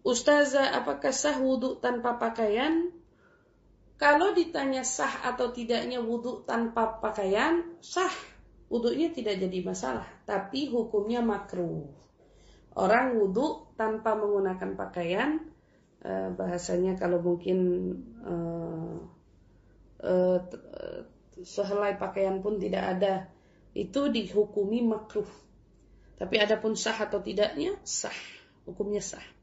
Ustazah, apakah sah wudhu tanpa pakaian? Kalau ditanya sah atau tidaknya wudhu tanpa pakaian, sah. Wudhunya tidak jadi masalah, tapi hukumnya makruh. Orang wudhu tanpa menggunakan pakaian, bahasanya kalau mungkin sehelai pakaian pun tidak ada, itu dihukumi makruh. Tapi adapun sah atau tidaknya, sah. Hukumnya sah.